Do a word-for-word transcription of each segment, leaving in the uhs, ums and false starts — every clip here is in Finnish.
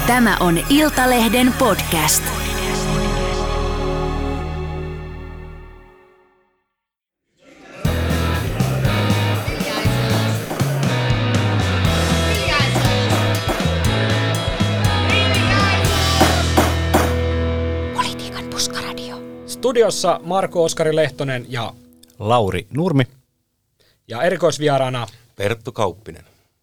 Tämä on Iltalehden podcast. Politiikan puskaradio. Studiossa Marko Oskari Lehtonen ja Lauri Nurmi. Ja erikoisvieraana Perttu Kauppinen.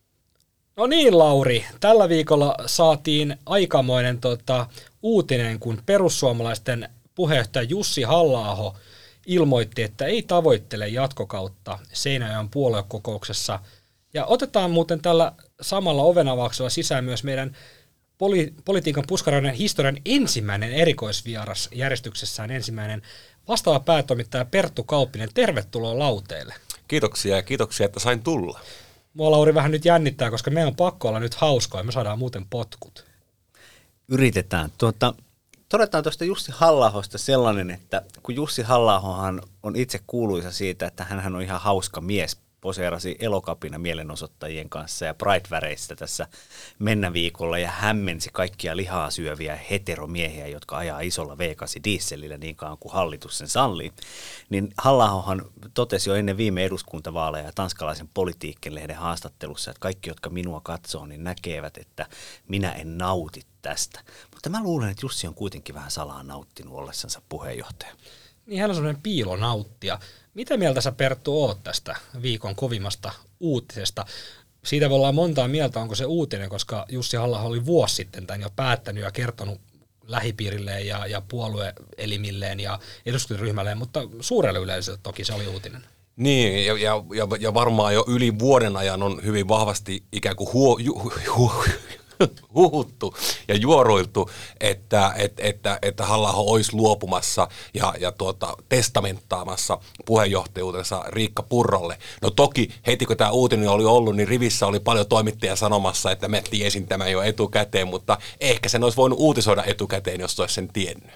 No niin, Lauri. Tällä viikolla saatiin aikamoinen tota, uutinen, kun perussuomalaisten puheenjohtaja Jussi Halla-aho ilmoitti, että ei tavoittele jatkokautta Seinäjoen puoluekokouksessa. Ja otetaan muuten tällä samalla ovenavauksella sisään myös meidän poli- politiikan puskarainen historian ensimmäinen erikoisvieras, järjestyksessään ensimmäinen vastaava päätoimittaja Perttu Kauppinen. Tervetuloa lauteille. Kiitoksia ja kiitoksia, että sain tulla. Mua, Lauri, vähän nyt jännittää, koska meidän on pakko olla nyt hauskoja, me saadaan muuten potkut. Yritetään. Tuota, todetaan tuosta Jussi Halla-ahosta sellainen, että kun Jussi Halla-ahohan on itse kuuluisa siitä, että hän on ihan hauska mies, poseerasi Elokapina mielenosoittajien kanssa ja Pride-väreistä tässä mennä viikolla ja hämmensi kaikkia lihaa syöviä heteromiehiä, jotka ajaa isolla V kahdeksan dieselillä niin kauan kuin hallitus sen sallii. Niin Halla-ahohan totesi jo ennen viime eduskuntavaaleja tanskalaisen Politiikken-lehden haastattelussa, että kaikki, jotka minua katsoo, niin näkevät, että minä en nauti tästä. Mutta mä luulen, että Jussi on kuitenkin vähän salaa nauttinut ollessansa puheenjohtaja. Niin hän on sellainen piilonauttija. Mitä mieltä sä, Perttu, oot tästä viikon kovimmasta uutisesta? Siitä voi olla montaa mieltä, onko se uutinen, koska Jussi Halla-aho oli vuosi sitten tämän jo päättänyt ja kertonut lähipiirilleen ja, ja puolueelimilleen ja eduskuntaryhmälleen, mutta suurelle yleisölle toki se oli uutinen. Niin, ja, ja, ja varmaan jo yli vuoden ajan on hyvin vahvasti ikään kuin huo, ju, hu, huhuttu ja juoroiltu, että, että, että, että Halla-aho olisi luopumassa ja, ja tuota, testamenttaamassa puheenjohtajuutensa Riikka Purralle. No toki heti kun tämä uutinen oli ollut, niin rivissä oli paljon toimittajia sanomassa, että me tiesin tämän jo etukäteen, mutta ehkä sen olisi voinut uutisoida etukäteen, jos olisi sen tiennyt.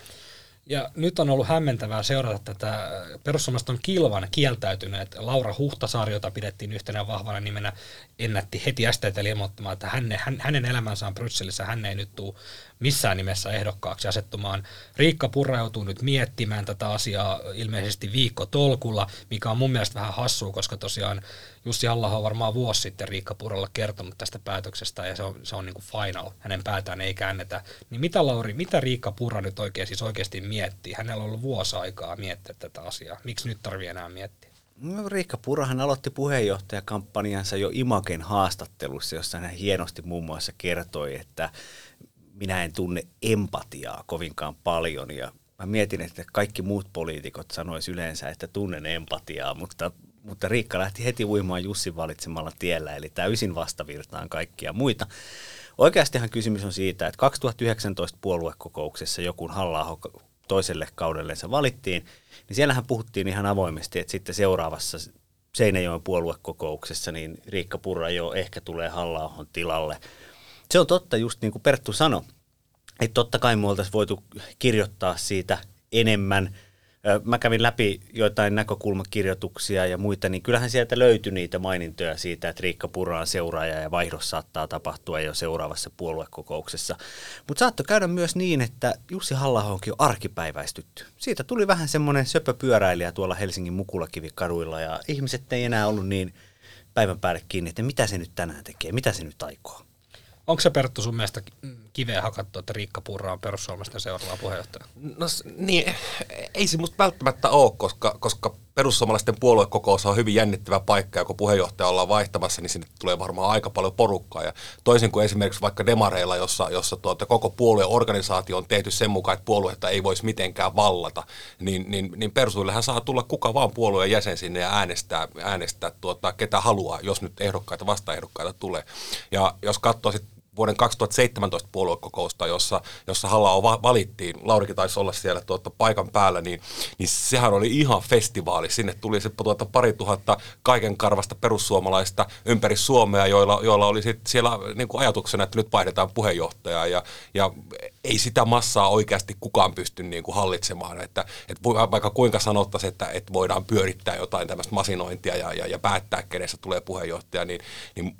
Ja nyt on ollut hämmentävää seurata tätä. Perussuomalaiset on kilvan kieltäytyneet. Laura Huhtasaari, jota pidettiin yhtenä vahvana nimenä, ennätti heti S T T:lle ilmoittamaan, että hänen, hänen elämänsä on Brysselissä, hän ei nyt tule missään nimessä ehdokkaaksi asettumaan. Riikka Purra joutuu nyt miettimään tätä asiaa ilmeisesti viikkotolkulla, mikä on mun mielestä vähän hassua, koska tosiaan Jussi Halla-aho on varmaan vuosi sitten Riikka Purralle kertonut tästä päätöksestä, ja se on, se on niin kuin final, hänen päätään ei käännetä. Niin mitä, Lauri, mitä Riikka Purra nyt oikein siis oikeasti miettii? Hänellä on ollut vuosi aikaa miettiä tätä asiaa. Miksi nyt tarvii enää miettiä? No, Riikka Purrahan aloitti puheenjohtajakampanjansa jo Imagen haastattelussa, jossa hän hienosti muun muassa kertoi, että minä en tunne empatiaa kovinkaan paljon, ja mä mietin, että kaikki muut poliitikot sanois yleensä, että tunnen empatiaa, mutta, mutta Riikka lähti heti uimaan Jussin valitsemalla tiellä, eli täysin vastavirtaan kaikkia muita. Oikeastihan kysymys on siitä, että kaksituhattayhdeksäntoista puoluekokouksessa joku Halla-aho toiselle kaudellensa valittiin, niin siellähän puhuttiin ihan avoimesti, että sitten seuraavassa Seinäjoen puoluekokouksessa niin Riikka Purra jo ehkä tulee Halla-ahon tilalle. Se on totta, just niin kuin Perttu sanoi, että totta kai me oltaisiin voitu kirjoittaa siitä enemmän. Mä kävin läpi joitain näkökulmakirjoituksia ja muita, niin kyllähän sieltä löytyi niitä mainintoja siitä, että Riikka Purra on seuraaja ja vaihdos saattaa tapahtua jo seuraavassa puoluekokouksessa. Mutta saattoi käydä myös niin, että Jussi Halla-aho onkin jo arkipäiväistytty. Siitä tuli vähän semmoinen söpöpyöräilijä tuolla Helsingin Mukulakivi-kaduilla ja ihmiset ei enää ollut niin päivän päälle kiinni, että mitä se nyt tänään tekee, mitä se nyt aikoo. Onko se, Perttu, sun mielestä kiveen hakattu, että Riikka Purra on perussuomalaisten seuraava puheenjohtaja? No niin, ei se musta välttämättä ole, koska, koska perussuomalaisten puoluekokous on hyvin jännittävä paikka, ja kun puheenjohtaja ollaan vaihtamassa, niin sinne tulee varmaan aika paljon porukkaa. Ja toisin kuin esimerkiksi vaikka demareilla, jossa, jossa tuota, koko puolueorganisaatio on tehty sen mukaan, että puoluetta ei voisi mitenkään vallata, niin, niin, niin persuillehän saa tulla kuka vaan puolueen jäsen sinne ja äänestää, äänestää tuota, ketä haluaa, jos nyt ehdokkaita, vastaehdokkaita tulee. Ja jos katsoo sitten vuoden kaksituhattaseitsemäntoista puoluekokousta, jossa, jossa Halla-aho valittiin, Laurikin taisi olla siellä tuota paikan päällä, niin, niin sehän oli ihan festivaali. Sinne tuli se tuota pari tuhatta kaiken karvasta perussuomalaista ympäri Suomea, joilla, joilla oli sit siellä niin kuin ajatuksena, että nyt vaihdetaan puheenjohtajaa, ja, ja ei sitä massaa oikeasti kukaan pysty niin kuin hallitsemaan, että, että vaikka kuinka sanottaisiin, että, että voidaan pyörittää jotain tämmöistä masinointia ja, ja, ja päättää, kenestä tulee puheenjohtaja, niin, niin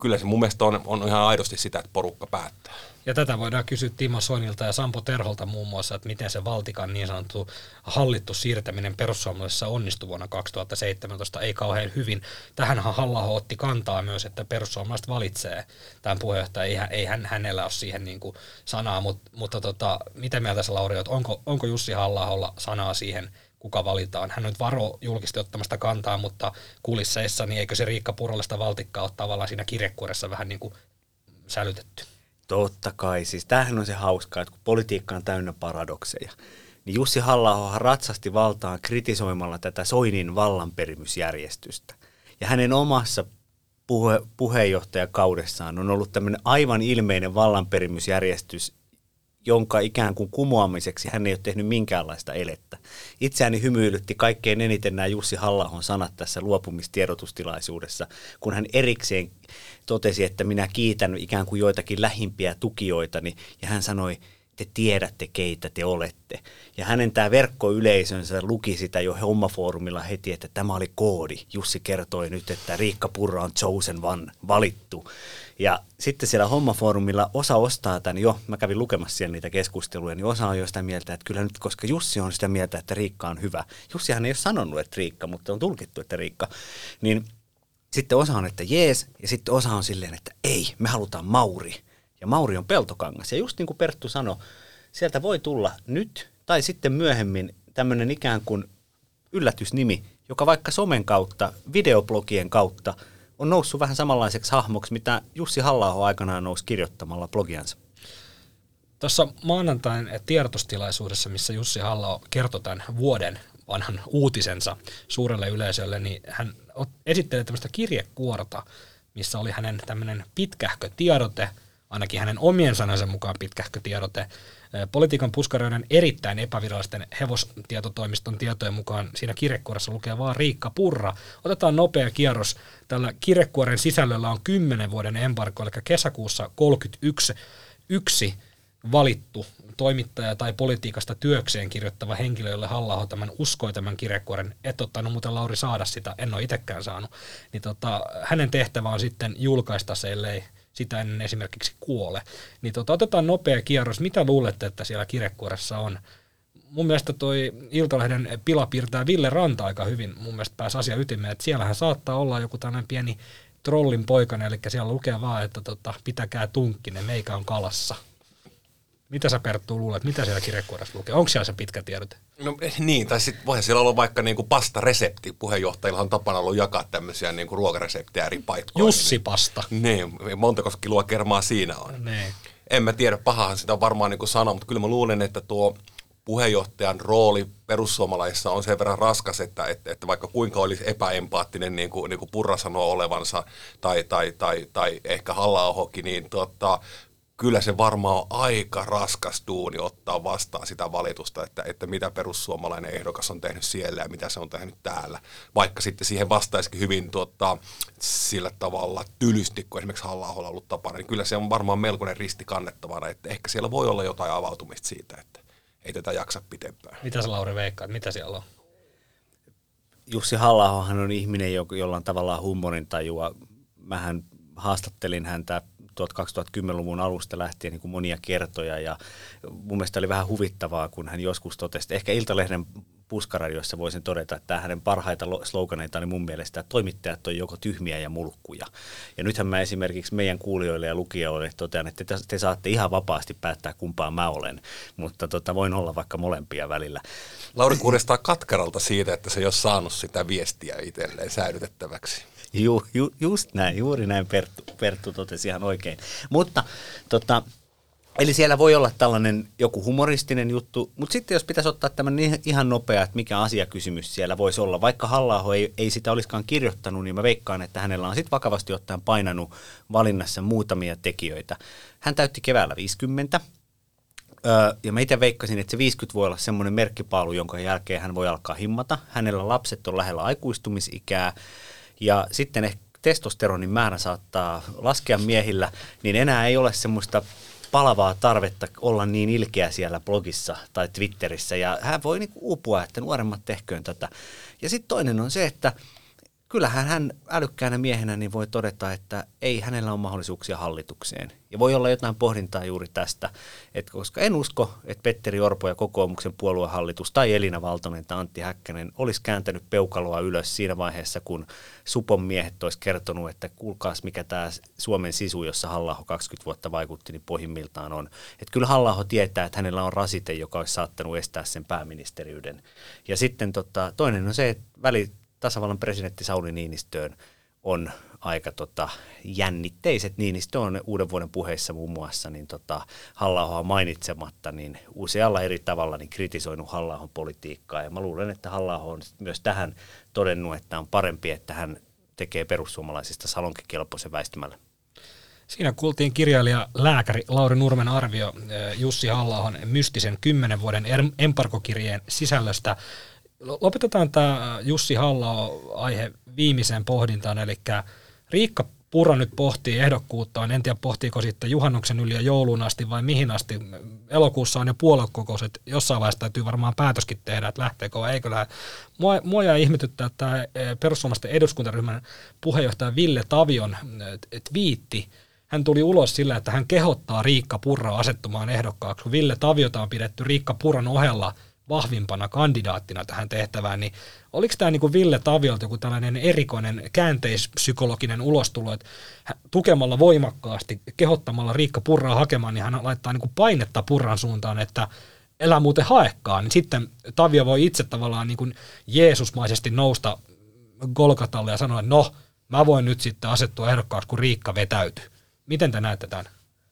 kyllä se mun mielestä on, on ihan aidosti sitä, että porukka päättää. Ja tätä voidaan kysyä Timo Soinilta ja Sampo Terholta muun muassa, että miten se Valtikan niin sanottu hallittu siirtäminen perussuomalaisissa onnistui vuonna kaksituhattaseitsemäntoista, ei kauhean hyvin. Tähänhän Halla-aho otti kantaa myös, että perussuomalaiset valitsee tämän puheenjohtajan, ei, ei hän, hänellä ole siihen niin kuin sanaa, mutta, mutta tota, mitä mieltä sä Lauri, että onko, onko Jussi Halla-aholla sanaa siihen, kuka valitaan? Hän nyt varo julkisesti ottamasta kantaa, mutta kulisseissa, niin eikö se Riikka Purralle sitä Valtikkaa ole tavallaan siinä kirjekuoressa vähän niin kuin sälytetty? Totta kai. Siis tämähän on se hauskaa, että kun politiikka on täynnä paradokseja, niin Jussi Halla-ahohan ratsasti valtaan kritisoimalla tätä Soinin vallanperimysjärjestystä. Ja hänen omassa puhe, puheenjohtajakaudessaan on ollut tämmöinen aivan ilmeinen vallanperimysjärjestys, jonka ikään kuin kumoamiseksi hän ei ole tehnyt minkäänlaista elettä. Itseäni hymyilytti kaikkein eniten nämä Jussi Halla-ahon sanat tässä luopumistiedotustilaisuudessa, kun hän erikseen totesi, että minä kiitän ikään kuin joitakin lähimpiä tukijoitani, ja hän sanoi, te tiedätte, keitä te olette. Ja hänen tämä verkkoyleisönsä luki sitä jo Hommafoorumilla heti, että tämä oli koodi. Jussi kertoi nyt, että Riikka Purra on chosen one, valittu. Ja sitten siellä Hommafoorumilla osa ostaa tämän jo, mä kävin lukemassa siellä niitä keskusteluja, niin osa on jo sitä mieltä, että kyllä nyt, koska Jussi on sitä mieltä, että Riikka on hyvä. Jussihan ei ole sanonut, että Riikka, mutta on tulkittu, että Riikka. Niin sitten osa on, että jees, ja sitten osa on silleen, että ei, me halutaan Mauri. Ja Mauri on Peltokangas. Ja just niin kuin Perttu sanoi, sieltä voi tulla nyt tai sitten myöhemmin tämmöinen ikään kuin yllätysnimi, joka vaikka somen kautta, videoblogien kautta on noussut vähän samanlaiseksi hahmoksi, mitä Jussi Halla-aho aikanaan nousi kirjoittamalla blogiansa. Tuossa maanantain tiedotustilaisuudessa, missä Jussi Halla-aho kertoi tämän vuoden vanhan uutisensa suurelle yleisölle, niin hän esitteli tämmöistä kirjekuorta, missä oli hänen tämmöinen pitkähkö tiedote, ainakin hänen omien sanansa mukaan pitkähkö tiedote. Politiikan puskaroiden erittäin epävirallisten hevostietotoimiston tietojen mukaan siinä kirjekuoressa lukee vaan Riikka Purra. Otetaan nopea kierros. Tällä kirjekuoren sisällöllä on kymmenen vuoden embargo, eli kesäkuussa kolmekymmentäyksi yksi valittu toimittaja tai politiikasta työkseen kirjoittava henkilö, jolle Halla-aho tämän uskoi tämän kirjekuoren. Et ottanut muuten Lauri saada sitä, en ole itsekään saanut. Niin tota, hänen tehtävä on sitten julkaista se, ellei sitä ennen esimerkiksi kuole. Niin tota, otetaan nopea kierros. Mitä luulette, että siellä kirjekuoressa on? Mun mielestä toi Iltalehden pila piirtää Ville Ranta aika hyvin. Mun mielestä pääsi asia ytimeen, että siellähän saattaa olla joku tämmöinen pieni trollin poikainen, eli siellä lukee vaan, että tota, pitäkää tunkkinen, meikä on kalassa. Mitä sä Perttu luulet, mitä siellä kirjekuoressa lukee? Onko siellä se pitkä tiedote? No niin, tai sitten voihan siellä olla vaikka niinku pastaresepti. Puheenjohtajilla on tapana ollut jakaa tämmöisiä niinku ruokareseptejä eri paikkoihin. Jussi pasta. Niin, montako kiloa kermaa siinä on. Niin. En mä tiedä, pahahan sitä on varmaan niinku sanoa, mutta kyllä mä luulen, että tuo puheenjohtajan rooli perussuomalaisissa on sen verran raskas, että, että, että vaikka kuinka olisi epäempaattinen, niin kuin, niin kuin Purra sanoo olevansa, tai, tai, tai, tai ehkä Halla-ahokin, niin tota, kyllä se varmaan on aika raskas duuni ottaa vastaan sitä valitusta, että, että mitä perussuomalainen ehdokas on tehnyt siellä ja mitä se on tehnyt täällä. Vaikka sitten siihen vastaisikin hyvin tuota, sillä tavalla tylysti, kun esimerkiksi Halla-aholla on ollut tapana, niin kyllä se on varmaan melkoinen risti kannettavana, että ehkä siellä voi olla jotain avautumista siitä, että ei tätä jaksa pitempään. Mitä sä Lauri veikkaat, mitä siellä on? Jussi Halla-ahohan on ihminen, jolla on tavallaan huumorintajua. Mähän haastattelin häntä kaksituhattakymmenluvun alusta lähtien niin kuin monia kertoja, ja mun mielestä oli vähän huvittavaa, kun hän joskus totesi, ehkä Iltalehden puskaradiossa voisin todeta, että hänen parhaita sloganeita oli mun mielestä, että toimittajat on joko tyhmiä ja mulkkuja. Ja nythän mä esimerkiksi meidän kuulijoille ja lukijoille totean, että te, te saatte ihan vapaasti päättää, kumpaa mä olen, mutta tota, voin olla vaikka molempia välillä. Lauri kuulostaa katkeralta siitä, että se ei ole saanut sitä viestiä itselleen säilytettäväksi. Ju, ju, just näin, juuri näin Perttu, Perttu totesi ihan oikein. Mutta tota, eli siellä voi olla tällainen joku humoristinen juttu, mutta sitten jos pitäisi ottaa tämmöinen ihan nopea, että mikä asiakysymys siellä voisi olla, vaikka Halla-aho ei, ei sitä olisikaan kirjoittanut, niin mä veikkaan, että hänellä on sitten vakavasti ottaen painanut valinnassa muutamia tekijöitä. Hän täytti keväällä viisikymmentä. Öö, ja mä itse veikkasin, että se viisikymmentä voi olla semmoinen merkkipaalu, jonka jälkeen hän voi alkaa himmata. Hänellä lapset on lähellä aikuistumisikää. Ja sitten ehkä testosteronin määrä saattaa laskea miehillä, niin enää ei ole semmoista palavaa tarvetta olla niin ilkeä siellä blogissa tai Twitterissä. Ja hän voi niinku uupua, että nuoremmat tehköön tätä. Ja sitten toinen on se, että kyllähän hän älykkäänä miehenä niin voi todeta, että ei hänellä ole mahdollisuuksia hallitukseen. Ja voi olla jotain pohdintaa juuri tästä, että koska en usko, että Petteri Orpo ja kokoomuksen puoluehallitus tai Elina Valtonen tai Antti Häkkänen olisi kääntänyt peukaloa ylös siinä vaiheessa, kun Supon miehet olisi kertonut, että kuulkaas mikä tämä Suomen sisu, jossa Halla-aho kaksikymmentä vuotta vaikutti, niin pohjimmiltaan on. Että kyllä Halla-aho tietää, että hänellä on rasite, joka olisi saattanut estää sen pääministeriyden. Ja sitten tota, toinen on se, että väli tasavallan presidentti Sauli Niinistöön on aika tota, jännitteiset. Niinistö on uuden vuoden puheissa muun muassa niin tota, Halla-ahoa mainitsematta niin usealla eri tavalla niin kritisoinut Halla-ahon politiikkaa. Ja mä luulen, että Halla-aho on myös tähän todennut, että on parempi, että hän tekee perussuomalaisista salonkikelpoisen väistymällä. Siinä kuultiin kirjailija lääkäri Lauri Nurmen arvio Jussi Halla-ahon mystisen kymmenen vuoden embargokirjeen sisällöstä. Lopetetaan tämä Jussi Halla-aho-aihe viimeiseen pohdintaan, eli Riikka Purra nyt pohtii ehdokkuuttaan, en tiedä pohtiiko sitten juhannuksen yli ja jouluun asti vai mihin asti. Elokuussa on jo puoluekokous, että jossain vaiheessa täytyy varmaan päätöskin tehdä, että lähteekö vai eikö lähde. Mua, mua jää ihmetyttää, että tämä perussuomalaisten eduskuntaryhmän puheenjohtaja Ville Tavion twiitti, hän tuli ulos sillä, että hän kehottaa Riikka Purraa asettumaan ehdokkaaksi, kun Ville Taviota on pidetty Riikka Purran ohella vahvimpana kandidaattina tähän tehtävään, niin oliko tämä niin kuin Ville Taviolta joku tällainen erikoinen käänteispsykologinen ulostulo, että tukemalla voimakkaasti, kehottamalla Riikka Purraa hakemaan, niin hän laittaa niin kuin painetta Purran suuntaan, että elää muuten haekkaan, niin sitten Tavio voi itse tavallaan niin kuin jeesusmaisesti nousta Golgatalle ja sanoa, että no, mä voin nyt sitten asettua ehdokkaaksi, kun Riikka vetäytyy. Miten te näette tämän?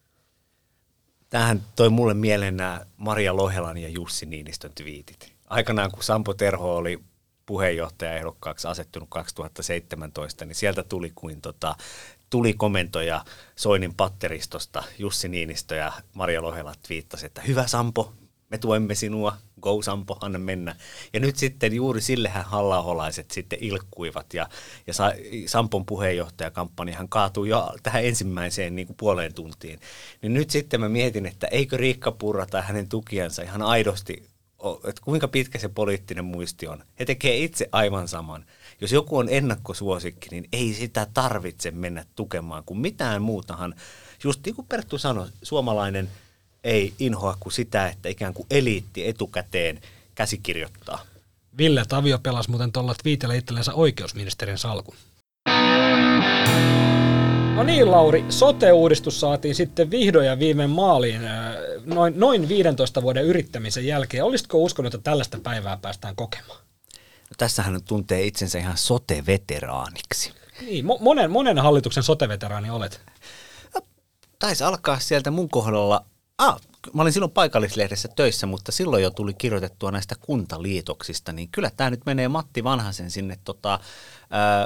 Tämähän toi mulle mieleen nämä Maria Lohelan ja Jussi Niinistön twiitit. Aikanaan, kun Sampo Terho oli puheenjohtajaehdokkaaksi asettunut kaksituhattaseitsemäntoista, niin sieltä tuli kuin tota, tuli komentoja Soinin patteristosta. Jussi Niinistö ja Maria Lohela twiittasi, että hyvä Sampo, me tuemme sinua, go Sampo, anna mennä. Ja nyt sitten juuri sillehän halla-aholaiset sitten ilkkuivat ja, ja Sampon puheenjohtajakampanjahan kaatui jo tähän ensimmäiseen niin kuin puoleen tuntiin. Niin nyt sitten mä mietin, että eikö Riikka Purra tai hänen tukijansa ihan aidosti, että kuinka pitkä se poliittinen muisti on. He tekee itse aivan saman. Jos joku on ennakkosuosikki, niin ei sitä tarvitse mennä tukemaan, kun mitään muutahan, just niin kuin Perttu sanoi, suomalainen ei inhoa kuin sitä, että ikään kuin eliitti etukäteen käsikirjoittaa. Ville Tavio pelasi muuten tuolla twiitillä itsellensä oikeusministerin salkun. No niin, Lauri, sote-uudistus saatiin sitten vihdoin ja viimein maaliin noin, noin viidentoista vuoden yrittämisen jälkeen. Olisitko uskonut, että tällaista päivää päästään kokemaan? No, tässähän tuntee itsensä ihan sote-veteraaniksi. Niin, monen, monen hallituksen sote-veteraani olet. No, taisi alkaa sieltä mun kohdalla. Ah, mä olin silloin paikallislehdessä töissä, mutta silloin jo tuli kirjoitettua näistä kuntaliitoksista, niin kyllä tämä nyt menee Matti Vanhasen sinne tota, ää,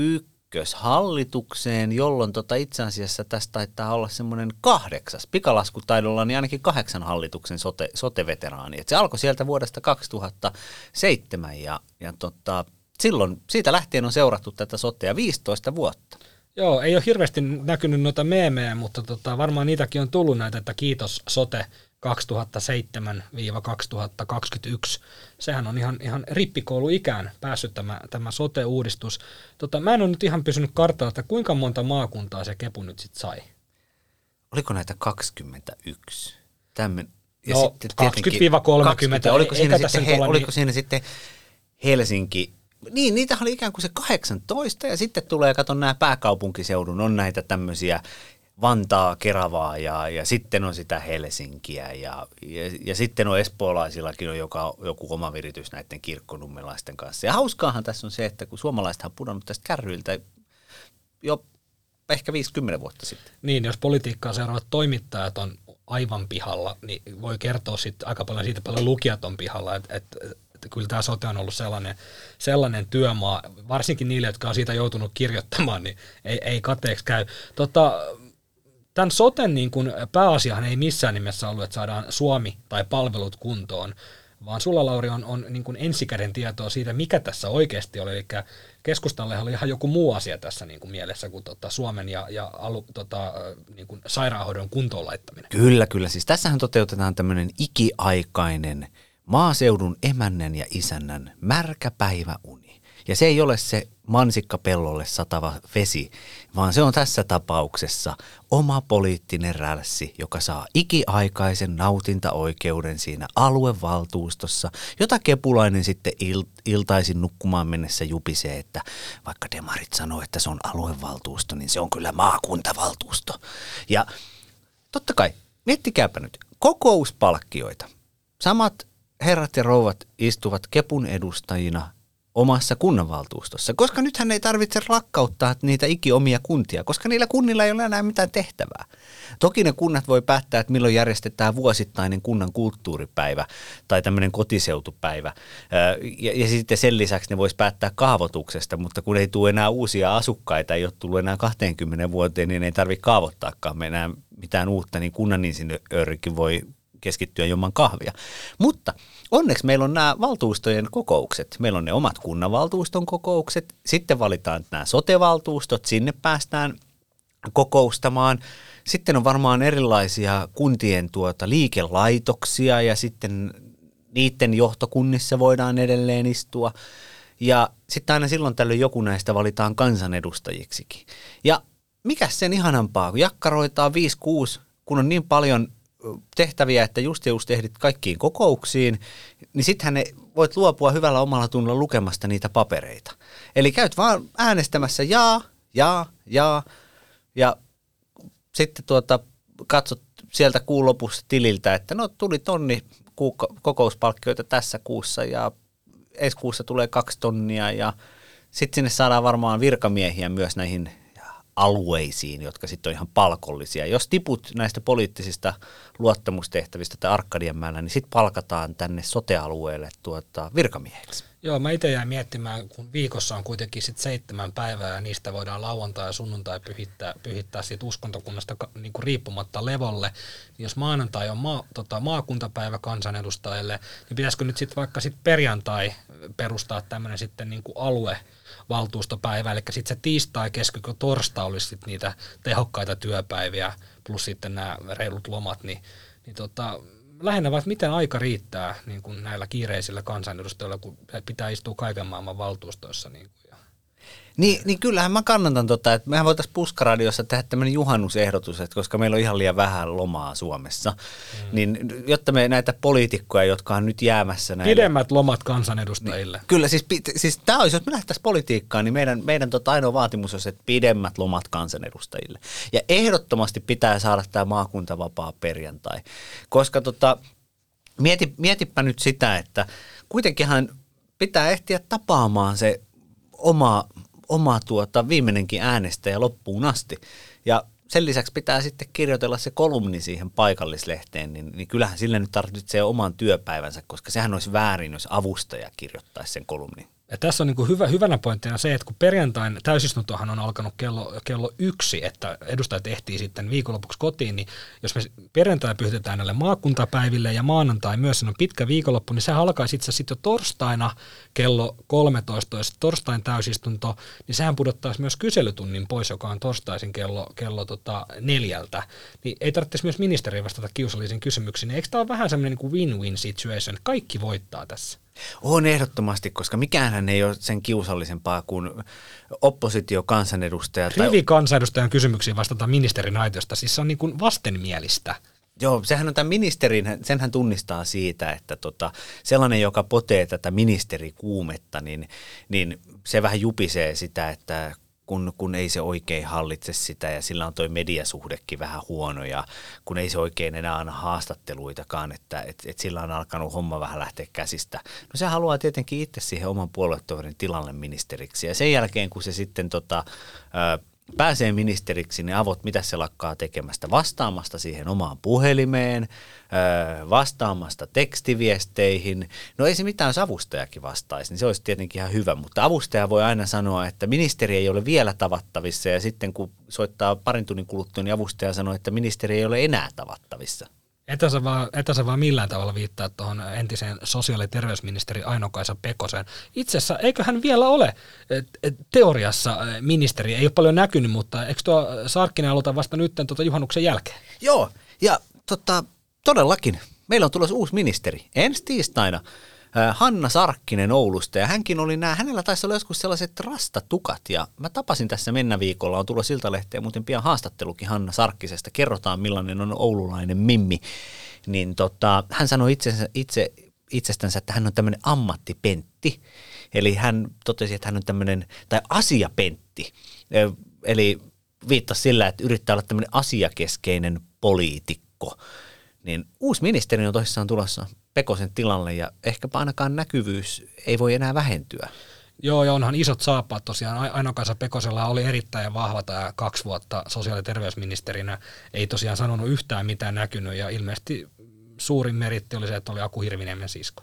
ykköshallitukseen, jolloin tota, itse asiassa tästä taitaa olla semmoinen kahdeksas, pikalaskutaidolla niin ainakin kahdeksan hallituksen sote, sote-veteraani. Et se alkoi sieltä vuodesta kaksituhattaseitsemän ja, ja tota, silloin siitä lähtien on seurattu tätä sotea viisitoista vuotta. Joo, ei ole hirveästi näkynyt noita meemejä, mutta tota, varmaan niitäkin on tullut näitä, että kiitos sote kaksituhattaseitsemän kaksituhattakaksikymmentäyksi. Sehän on ihan, ihan rippikouluikään päässyt tämä, tämä sote-uudistus. Tota, mä en ole nyt ihan pysynyt kartalla, että kuinka monta maakuntaa se Kepu nyt sitten sai? Oliko näitä kaksikymmentäyksi? Tämmönen, ja no, kaksikymmentä kolmekymmentä. Oliko, siinä sitten, he, oliko siinä sitten Helsinki? Niin, niitä oli ikään kuin se kahdeksantoista ja sitten tulee, kato nämä pääkaupunkiseudun, on näitä tämmöisiä Vantaa, Keravaa ja, ja sitten on sitä Helsinkiä ja, ja, ja sitten on espoolaisillakin on joka, joku oma viritys näiden kirkkonummelaisten kanssa. Ja hauskaahan tässä on se, että kun suomalaiset on pudonnut tästä kärryiltä jo ehkä viisikymmentä vuotta sitten. Niin, jos politiikkaa seuraavat toimittajat on aivan pihalla, niin voi kertoa sitten aika paljon siitä, paljon lukijat on pihalla, että et, että kyllä tämä sote on ollut sellainen, sellainen työmaa, varsinkin niille, jotka on siitä joutunut kirjoittamaan, niin ei, ei kateeksi käy. Tota, tämän soten niin kuin pääasiahan ei missään nimessä ollut, että saadaan Suomi tai palvelut kuntoon, vaan sulla, Lauri, on, on niin kuin ensikäden tietoa siitä, mikä tässä oikeasti oli. Eli keskustalle oli ihan joku muu asia tässä niin kuin mielessä kuin tota Suomen ja, ja alu, tota, niin kuin sairaanhoidon kuntoon laittaminen. Kyllä, kyllä. Siis tässähän toteutetaan tämmöinen ikiaikainen maaseudun emännän ja isännän märkä päiväuni. Ja se ei ole se mansikkapellolle satava vesi, vaan se on tässä tapauksessa oma poliittinen rälssi, joka saa ikiaikaisen nautintaoikeuden siinä aluevaltuustossa, jota Kepulainen sitten il- iltaisin nukkumaan mennessä jupisee, että vaikka demarit sanoo, että se on aluevaltuusto, niin se on kyllä maakuntavaltuusto. Ja totta kai, miettikääpä nyt, kokouspalkkioita. Samat herrat ja rouvat istuvat Kepun edustajina omassa kunnanvaltuustossa, koska nythän ei tarvitse lakkauttaa niitä ikiomia kuntia, koska niillä kunnilla ei ole enää mitään tehtävää. Toki ne kunnat voi päättää, että milloin järjestetään vuosittainen kunnan kulttuuripäivä tai tämmöinen kotiseutupäivä. Ja, ja sitten sen lisäksi ne vois päättää kaavoituksesta, mutta kun ei tule enää uusia asukkaita, ei ole tullut enää kaksikymmentä vuoteen, niin ei tarvitse kaavoittaakaan enää mitään uutta, niin kunnan insinöörikin voi keskittyä juomaan kahvia. Mutta onneksi meillä on nämä valtuustojen kokoukset. Meillä on ne omat kunnanvaltuuston kokoukset, sitten valitaan nämä sote-valtuustot, sinne päästään kokoustamaan. Sitten on varmaan erilaisia kuntien tuota liikelaitoksia ja sitten niiden johtokunnissa voidaan edelleen istua. Ja sitten aina silloin tällöin joku näistä valitaan kansanedustajiksikin. Ja mikäs sen ihanampaa, kun jakkaroitaan viisi kuusi, kun on niin paljon tehtäviä, että just ja just ehdit kaikkiin kokouksiin, niin sittenhän ne voit luopua hyvällä omalla tunnolla lukemasta niitä papereita. Eli käyt vaan äänestämässä jaa, jaa, jaa, ja sitten tuota, katsot sieltä kuun lopussa tililtä, että no tuli tonni kuuka- kokouspalkkioita tässä kuussa ja ensi kuussa tulee kaksi tonnia ja sitten sinne saadaan varmaan virkamiehiä myös näihin alueisiin, jotka sitten on ihan palkollisia. Jos tiput näistä poliittisista luottamustehtävistä tai Arkadianmäellä, niin sitten palkataan tänne sote-alueelle tuota virkamieheksi. Joo, mä itse jäin miettimään, kun viikossa on kuitenkin sit seitsemän päivää ja niistä voidaan lauantai ja sunnuntai pyhittää, pyhittää siitä uskontokunnasta niin kuin riippumatta levolle, niin jos maanantai on maa, tota, maakuntapäivä kansanedustajille, niin pitäisikö nyt sitten vaikka sit perjantai perustaa tämmöinen sitten niin kuin aluevaltuustopäivä, eli sitten se tiistai, keskikö, torstai olisi sit niitä tehokkaita työpäiviä plus sitten nämä reilut lomat, niin, niin tota, lähinnä vaan, miten aika riittää niin kuin näillä kiireisillä kansanedustajilla, kun pitää istua kaiken maailman valtuustoissa. Niin, kuin, ja. Niin, niin kyllähän mä kannatan tota, että mehän voitaisiin Puskaradiossa tehdä tämmöinen juhannusehdotus, että koska meillä on ihan liian vähän lomaa Suomessa, mm. niin jotta me näitä poliitikkoja, jotka on nyt jäämässä näille... Pidemmät lomat kansanedustajille. Niin, kyllä, siis, siis tämä olisi, jos me lähdettäisiin politiikkaan, niin meidän, meidän tota ainoa vaatimus olisi, että pidemmät lomat kansanedustajille. Ja ehdottomasti pitää saada tämä maakuntavapaa perjantai, koska tota, mieti, mietipä nyt sitä, että kuitenkinhan pitää ehtiä tapaamaan se oma... oma tuota viimeinenkin äänestäjä loppuun asti. Ja sen lisäksi pitää sitten kirjoitella se kolumni siihen paikallislehteen, niin, niin kyllähän sillä nyt tarvitsee oman työpäivänsä, koska sehän olisi väärin, jos avustaja kirjoittaisi sen kolumnin. Ja tässä on niin kuin hyvä, hyvänä pointtina se, että kun perjantain täysistuntohan on alkanut kello, kello yksi, että edustajat ehtii sitten viikonlopuksi kotiin, niin jos me perjantai pyhitetään näille maakuntapäiville ja maanantai myös, on pitkä viikonloppu, niin se alkaisi itse asiassa sitten jo torstaina kello kolmetoista, jos torstain täysistunto, niin sehän pudottaisi myös kyselytunnin pois, joka on torstaisin kello, kello tota neljältä. Niin ei tarvitsisi myös ministeriä vastata kiusallisiin kysymyksiin. Eikö tämä ole vähän semmoinen niin kuin win-win situation? Kaikki voittaa tässä. On ehdottomasti, koska mikäänhän ei ole sen kiusallisempaa kuin oppositiokansanedustaja. Rivi kansanedustajan kysymyksiin vastata ministerin aitiosta, siis se on niin kuin vastenmielistä. Joo, sehän on tämän ministerin, senhän tunnistaa siitä, että tota, sellainen, joka potee tätä ministerikuumetta, niin, niin se vähän jupisee sitä, että kun, kun ei se oikein hallitse sitä ja sillä on toi mediasuhdekin vähän huono ja kun ei se oikein enää anna haastatteluitakaan, että et, et sillä on alkanut homma vähän lähteä käsistä. No se haluaa tietenkin itse siihen oman puoluetoverin tilalle ministeriksi ja sen jälkeen kun se sitten tota, ö, pääsee ministeriksi, niin avot, mitä se lakkaa tekemästä, vastaamasta siihen omaan puhelimeen, vastaamasta tekstiviesteihin. No ei se mitään, jos avustajakin vastaisi, niin se olisi tietenkin ihan hyvä, mutta avustaja voi aina sanoa, että ministeri ei ole vielä tavattavissa ja sitten kun soittaa parin tunnin kuluttua, niin avustaja sanoo, että ministeri ei ole enää tavattavissa. Etä sä vaan, etä sä vaan millään tavalla viittaa tuohon entiseen sosiaali- ja terveysministeri Aino-Kaisa Pekoseen. Itse asiassa, eikö hän vielä ole teoriassa ministeri? Ei ole paljon näkynyt, mutta eikö tuo Sarkkinen aloita vasta nyt tuota juhannuksen jälkeen? Joo, ja tota, todellakin. Meillä on tulossa uusi ministeri. Ensi tiistaina Hanna Sarkkinen Oulusta, ja hänkin oli nämä, hänellä taisi olla joskus sellaiset rastatukat, ja mä tapasin tässä mennä viikolla, on tullut Iltalehteen muuten pian haastattelukin Hanna Sarkkisesta, kerrotaan millainen on oululainen mimmi, niin tota, hän sanoi itsensä, itse, itsestänsä, että hän on tämmöinen ammattipentti, eli hän totesi, että hän on tämmöinen, tai asiapentti, eli viittasi sillä, että yrittää olla tämmöinen asiakeskeinen poliitikko, niin uusi ministeri on tosissaan tulossa Pekosen tilalle ja ehkäpä ainakaan näkyvyys ei voi enää vähentyä. Joo, ja onhan isot saappaat tosiaan. Aino-Kaisa Pekosella oli erittäin vahva tämä kaksi vuotta sosiaali- ja terveysministerinä. Ei tosiaan sanonut yhtään mitään näkynyt ja ilmeisesti suurin meritti oli se, että oli Aku Hirviniemen sisko.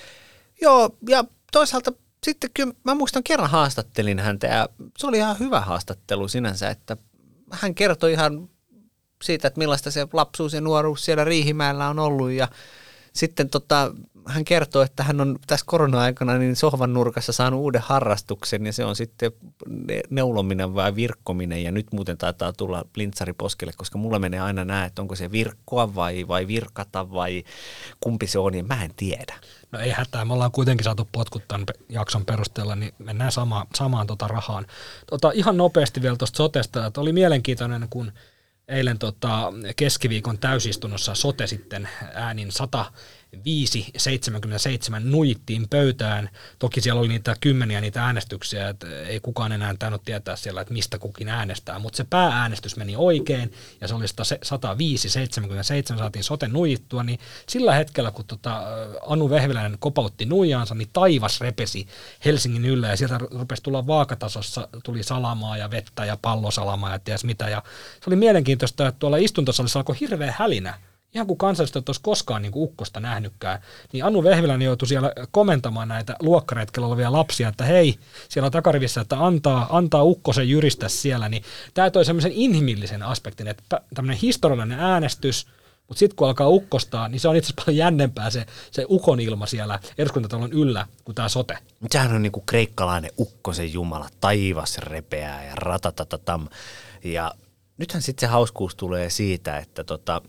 Joo, ja toisaalta sitten kyllä mä muistan kerran haastattelin häntä ja se oli ihan hyvä haastattelu sinänsä, että hän kertoi ihan siitä, että millaista se lapsuus ja nuoruus siellä Riihimäellä on ollut ja sitten tota, hän kertoo, että hän on tässä korona-aikana niin sohvan nurkassa saanut uuden harrastuksen ja se on sitten neulominen vai virkkominen ja nyt muuten taitaa tulla lintsari poskelle, koska mulla menee aina nää, että onko se virkkoa vai, vai virkata vai kumpi se on ja mä en tiedä. No ei hätää, me ollaan kuitenkin saatu potkut tämän jakson perusteella, niin mennään sama, samaan tota rahaan. Tota, ihan nopeasti vielä tuosta sotesta, että oli mielenkiintoinen, kun eilen tota, keskiviikon täysistunnossa sote sitten äänin sata viisi seitsemänkymmentäseitsemän nuijittiin pöytään. Toki siellä oli niitä kymmeniä niitä äänestyksiä, että ei kukaan enää tainnut tietää siellä, että mistä kukin äänestää, mutta se päääänestys meni oikein ja se oli sata viisi seitsemänkymmentäseitsemän, saatiin sote nuijittua, niin sillä hetkellä, kun tota Anu Vehviläinen kopautti nuijaansa, niin taivas repesi Helsingin yllä ja sieltä rupesi tulla vaakatasossa, tuli salamaa ja vettä ja pallosalamaa ja ties mitä. Ja se oli mielenkiintoista, että tuolla istuntosalissa alkoi hirveä hälinä. Ihan kuin kansallistot olisi koskaan niin kuin ukkosta nähnytkään, niin Anu Vehviläinen joutui siellä komentamaan näitä luokkaretkellä olevia lapsia, että hei, siellä on takarivissä, että antaa, antaa ukkosen jyristä siellä, niin tämä toi semmoisen inhimillisen aspektin, että tämmöinen historiallinen äänestys, mutta sitten kun alkaa ukkostaa, niin se on itse asiassa paljon jännempää se, se ukon ilma siellä eduskuntatalon yllä kuin tämä sote. Sehän on niin kuin kreikkalainen ukkosen jumala, taivas repeää ja ratatatatam, ja nythän sitten se hauskuus tulee siitä, että tota,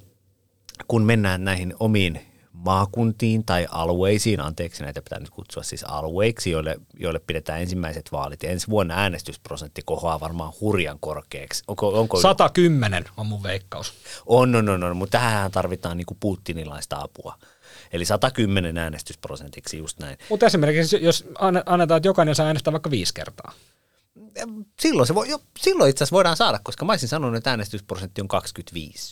kun mennään näihin omiin maakuntiin tai alueisiin, anteeksi näitä pitää nyt kutsua siis alueiksi, joille, joille pidetään ensimmäiset vaalit. Ja ensi vuonna äänestysprosentti kohoaa varmaan hurjan korkeaksi. Onko, onko sata kymmenen on mun veikkaus. On, on, on, on mutta tähän tarvitaan niinku putinilaista apua. Eli sata kymmenen äänestysprosentiksi just näin. Mutta esimerkiksi jos annetaan, että jokainen saa äänestää vaikka viisi kertaa. Silloin, se voi, jo, silloin itse asiassa voidaan saada, koska mä olisin sanonut, että äänestysprosentti on kaksikymmentäviisi.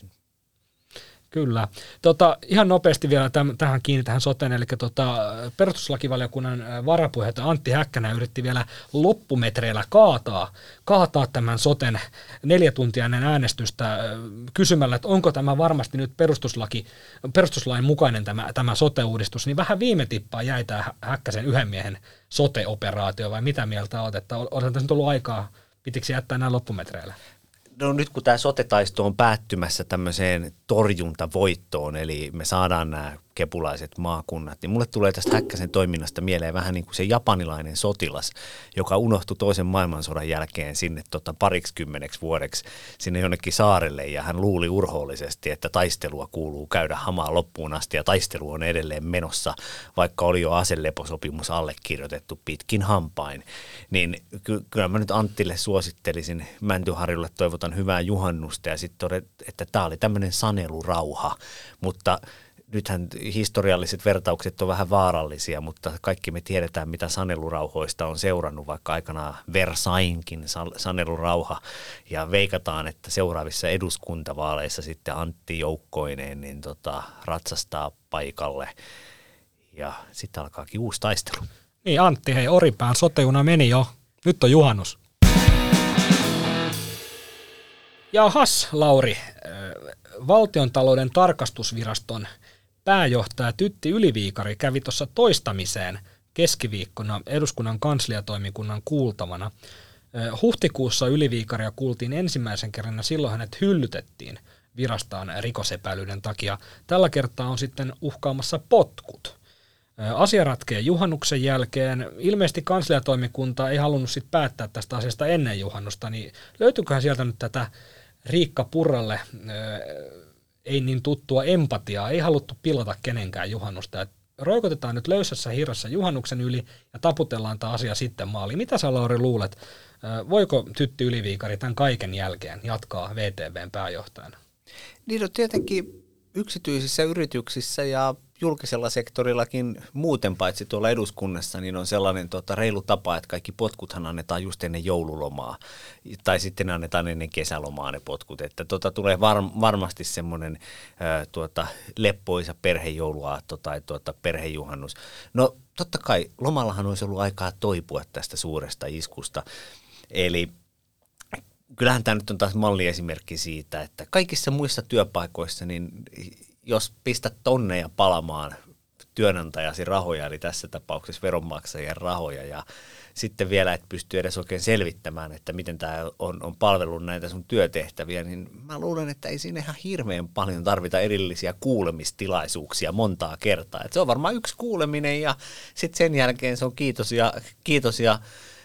Kyllä. Tota, ihan nopeasti vielä täm, tähän kiinni tähän soteen, eli tota, perustuslakivaliokunnan varapuheenjohtaja Antti Häkkänen yritti vielä loppumetreillä kaataa, kaataa tämän soten neljä tuntia ennen äänestystä kysymällä, että onko tämä varmasti nyt perustuslaki, perustuslain mukainen tämä, tämä sote-uudistus, niin vähän viime tippaa jäi tämä Häkkäsen yhden miehen sote-operaatio, vai mitä mieltä olet, että olisi tässä nyt ollut aikaa, pitikö jättää nämä loppumetreillä? No nyt kun tämä sote-taisto on päättymässä tämmöiseen torjuntavoittoon, eli me saadaan nämä kepulaiset maakunnat, niin mulle tulee tästä Häkkäsen toiminnasta mieleen vähän niin kuin se japanilainen sotilas, joka unohtui toisen maailmansodan jälkeen sinne tota pariksi kymmeneksi vuodeksi sinne jonnekin saarelle, ja hän luuli urhoollisesti, että taistelua kuuluu käydä hamaan loppuun asti, ja taistelu on edelleen menossa, vaikka oli jo aseleposopimus allekirjoitettu pitkin hampain. Niin ky- kyllä mä nyt Anttille suosittelisin, Mäntyharjulle toivotan hyvää juhannusta, ja sitten että tämä oli tämmöinen sanelurauha, mutta nythän historialliset vertaukset on vähän vaarallisia, mutta kaikki me tiedetään, mitä sanelurauhoista on seurannut, vaikka aikanaan Versailles'inkin sanelurauha, ja veikataan, että seuraavissa eduskuntavaaleissa sitten Antti joukkoineen niin tota, ratsastaa paikalle, ja sitten alkaakin uusi taistelu. Niin Antti, hei, Oripään sote-juna meni jo, nyt on juhannus. Jahas, Lauri, Valtiontalouden tarkastusviraston pääjohtaja Tytti Yli-Viikari kävi tuossa toistamiseen keskiviikkona eduskunnan kansliatoimikunnan kuultavana. Huhtikuussa Yli-Viikaria kuultiin ensimmäisen kerran ja silloin hänet hyllytettiin virastaan rikosepäilyiden takia. Tällä kertaa on sitten uhkaamassa potkut. Asia ratkee juhannuksen jälkeen. Ilmeisesti kansliatoimikunta ei halunnut sit päättää tästä asiasta ennen juhannusta, niin löytyyköhän sieltä nyt tätä Riikka Purralle ei niin tuttua empatiaa, ei haluttu pilata kenenkään juhannusta. Et roikotetaan nyt löysässä hirrassa juhannuksen yli ja taputellaan tämä asia sitten maaliin. Mitä sä, Lauri, luulet, voiko Tytti Yli-Viikari tämän kaiken jälkeen jatkaa V T V:n pääjohtajana? Niin on tietenkin yksityisissä yrityksissä ja julkisella sektorillakin muuten paitsi tuolla eduskunnassa, niin on sellainen tota, reilu tapa, että kaikki potkuthan annetaan just ennen joululomaa tai sitten annetaan ennen kesälomaa ne potkut, että tota, tulee var, varmasti semmoinen ää, tuota, leppoisa perhejouluaatto tai tuota, perhejuhannus. No totta kai lomallahan olisi ollut aikaa toipua tästä suuresta iskusta, eli kyllähän tämä nyt on taas malliesimerkki siitä, että kaikissa muissa työpaikoissa, niin jos pistät tonneja palamaan työnantajasi rahoja, eli tässä tapauksessa veronmaksajien rahoja, ja sitten vielä et pysty edes oikein selvittämään, että miten tämä on, on palvellut näitä sun työtehtäviä, niin mä luulen, että ei siinä ihan hirveän paljon tarvita erillisiä kuulemistilaisuuksia montaa kertaa. Et se on varmaan yksi kuuleminen, ja sitten sen jälkeen se on kiitos ja, kiitos ja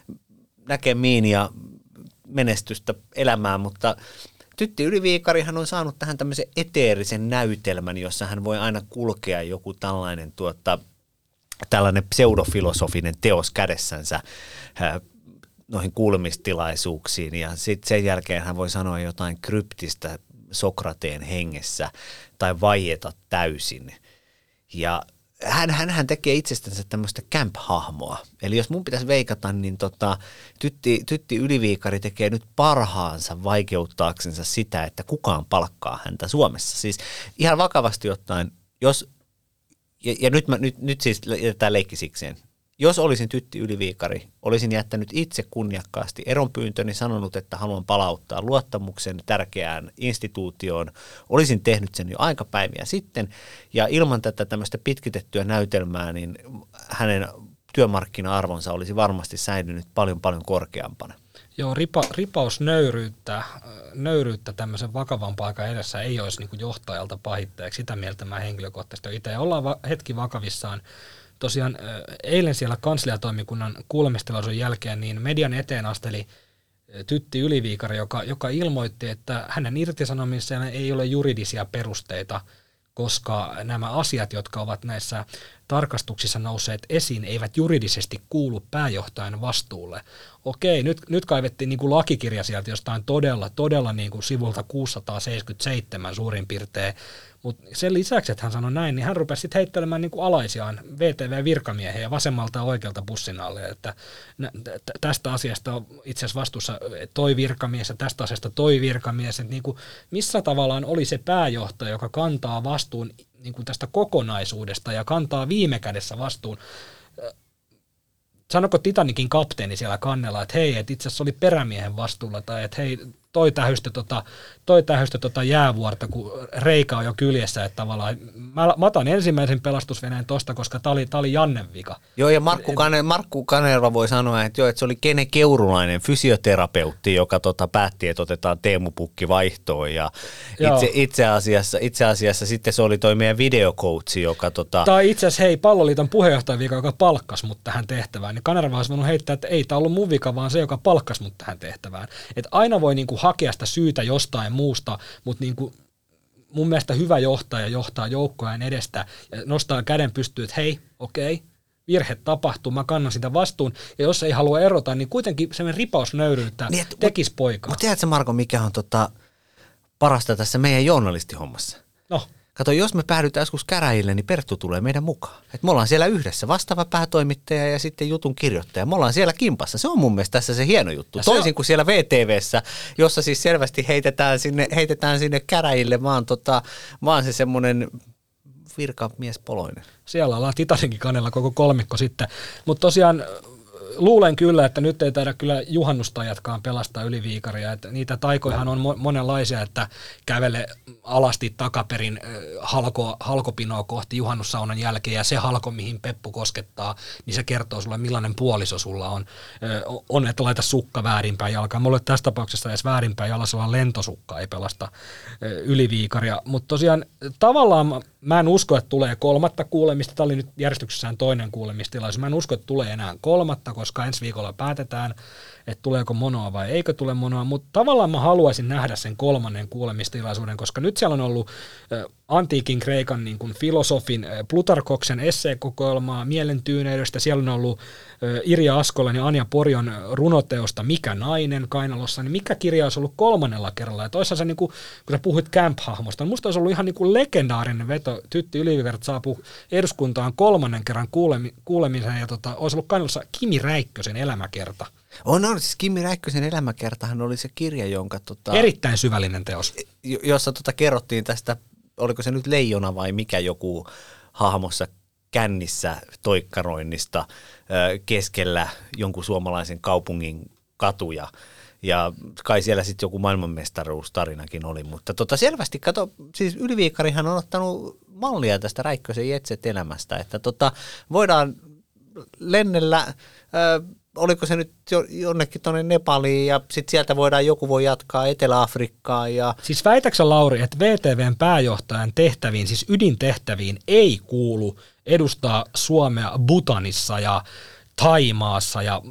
näkemiin ja menestystä elämään, mutta Tytti Yli-Viikarihan on saanut tähän tämmöisen eteerisen näytelmän, jossa hän voi aina kulkea joku tällainen, tuota, tällainen pseudofilosofinen teos kädessänsä ää, noihin kuulemistilaisuuksiin, ja sitten sen jälkeen hän voi sanoa jotain kryptistä Sokrateen hengessä tai vaieta täysin. Ja Hän, hänhän tekee itsestänsä tämmöistä camp-hahmoa. Eli jos mun pitäisi veikata, niin tota, tytti, tytti Yli-Viikari tekee nyt parhaansa vaikeuttaaksensa sitä, että kukaan palkkaa häntä Suomessa. Siis ihan vakavasti ottaen, jos, ja, ja nyt, mä, nyt, nyt siis jätetään leikki sikseen. Jos olisin Tytti Yli-Viikari, olisin jättänyt itse kunniakkaasti eronpyyntöni, sanonut, että haluan palauttaa luottamuksen tärkeään instituutioon. Olisin tehnyt sen jo aikapäiviä sitten, ja ilman tätä tämmöistä pitkitettyä näytelmää, niin hänen työmarkkina-arvonsa olisi varmasti säilynyt paljon paljon korkeampana. Joo, ripa, ripaus nöyryyttä, nöyryyttä tämmöisen vakavan paikan edessä ei olisi niin kuin johtajalta pahitteeksi. Sitä mieltä mä henkilökohtaisesti itse. Ollaan va- hetki vakavissaan. Tosiaan eilen siellä kansliatoimikunnan kuulemistilaisuuden jälkeen niin median eteen asteli Tytti Yli-Viikari, joka, joka ilmoitti, että hänen irtisanomiseen ei ole juridisia perusteita, koska nämä asiat, jotka ovat näissä tarkastuksissa nousseet esiin, eivät juridisesti kuulu pääjohtajan vastuulle. Okei, nyt, nyt kaivettiin niin kuin lakikirja sieltä jostain todella, todella niin kuin sivulta kuusisataaseitsemänkymmentäseitsemän suurin piirtein, mutta sen lisäksi, että hän sanoi näin, niin hän rupesi sitten heittelemään niin kuin alaisiaan V T V-virkamiehen ja vasemmalta ja oikealta bussin alle, että tästä asiasta on itse asiassa vastuussa toi virkamies ja tästä asiasta toi virkamies, että niin kuin missä tavallaan oli se pääjohtaja, joka kantaa vastuun niin kuin tästä kokonaisuudesta ja kantaa viime kädessä vastuun. Sanoko Titanikin kapteeni siellä kannella, että hei, että itse asiassa oli perämiehen vastuulla, tai että hei, toi tähystö tota, toi tähystö tota jäävuorta, kun reikä on jo kyljessä, että tavallaan mä, mä otan ensimmäisen pelastusveneen tosta, koska tää oli, tää oli Jannen vika. Joo, ja Markku, Kane, Markku Kanerva voi sanoa, että, joo, että se oli Kene Keurulainen fysioterapeutti, joka tota päätti, että otetaan Teemu Pukki vaihtoon, ja itse, itse, asiassa, itse asiassa sitten se oli toi meidän videocoachi, joka tota... Tai itse asiassa hei, Palloliiton puheenjohtajan vika, joka palkkasi mut tähän tehtävään, niin Kanerva olisi voinut heittää, että ei tää ollut mun vika, vaan se, joka palkkasi mut tähän tehtävään. Että aina voi niinku hakea sitä syytä jostain muusta, mutta niinku mun mielestä hyvä johtaja johtaa joukkojen edestä ja nostaa käden pystyyn, että hei, okei, virhe tapahtuu, mä kannan sitä vastuun, ja jos ei halua erota, niin kuitenkin semmoinen ripaus nöyryyttä niin, tekisi poikaa. Mutta tiedätkö, Marko, mikä on tota parasta tässä meidän journalistihommassa? No. Kato, jos me päädytään joskus käräjille, niin Perttu tulee meidän mukaan. Et me ollaan siellä yhdessä, vastaava päätoimittaja ja sitten jutun kirjoittaja. Me ollaan siellä kimpassa. Se on mun mielestä tässä se hieno juttu. Ja toisin on... kuin siellä V T V:ssä, jossa siis selvästi heitetään sinne, heitetään sinne käräjille, vaan, tota, vaan se semmoinen virkamiespoloinen. Siellä ollaan Titanikin kannella koko kolmikko sitten. Mutta tosiaan luulen kyllä, että nyt ei taida kyllä juhannustajatkaan pelastaa Yli-Viikaria. Että niitä taikoihan on mo- monenlaisia, että kävele alasti takaperin halko, halkopinoa kohti juhannussaunan jälkeen, ja se halko, mihin Peppu koskettaa, niin se kertoo sulle, millainen puoliso sulla on. On, että laita sukka väärinpäin jalkaan. Mulla ei tässä tapauksessa edes väärinpäin jalassa, vaan lentosukka ei pelasta Yli-Viikaria. Mutta tosiaan tavallaan Mä en usko, että tulee kolmatta kuulemista. Tämä oli nyt järjestyksessään toinen kuulemistilaisuus. Mä en usko, että tulee enää kolmatta, koska ensi viikolla päätetään, että tuleeko monoa vai eikö tule monoa. Mutta tavallaan mä haluaisin nähdä sen kolmannen kuulemistilaisuuden, koska nyt siellä on ollut äh, antiikin Kreikan niin kuin filosofin äh, Plutarkoksen esseekokoelmaa mielentyyneydestä. Siellä on ollut äh, Irja Askolan ja Anja Porion runoteosta Mikä nainen kainalossa. Niin mikä kirja olisi ollut kolmannella kerralla? Ja toisaalta, niin kuin, kun sä puhuit Camp-hahmosta, niin musta olisi ollut ihan niin kuin legendaarinen veto. Tytti Ylivivirta saapui eduskuntaan kolmannen kerran kuulemi, kuulemiseen ja tota, olisi ollut kainalossa Kimi Räikkösen elämäkerta. On, on. Siis Kimi Räikkösen elämäkertahan oli se kirja, jonka... Tota, erittäin syvällinen teos. Jossa tota, kerrottiin tästä, oliko se nyt leijona vai mikä joku hahmossa kännissä toikkaroinnista ö, keskellä jonkun suomalaisen kaupungin katuja. Ja kai siellä sitten joku maailmanmestaruustarinakin oli, mutta tota selvästi, kato, siis Yliviikarihan on ottanut mallia tästä Räikkösen Jetset-elämästä, että tota, voidaan lennellä, ö, oliko se nyt jonnekin tuonne Nepaliin ja sitten sieltä voidaan, joku voi jatkaa Etelä-Afrikkaan. Ja siis väitäksä Lauri, että V T V:n pääjohtajan tehtäviin, siis ydintehtäviin ei kuulu edustaa Suomea Bhutanissa ja Thaimaassa ja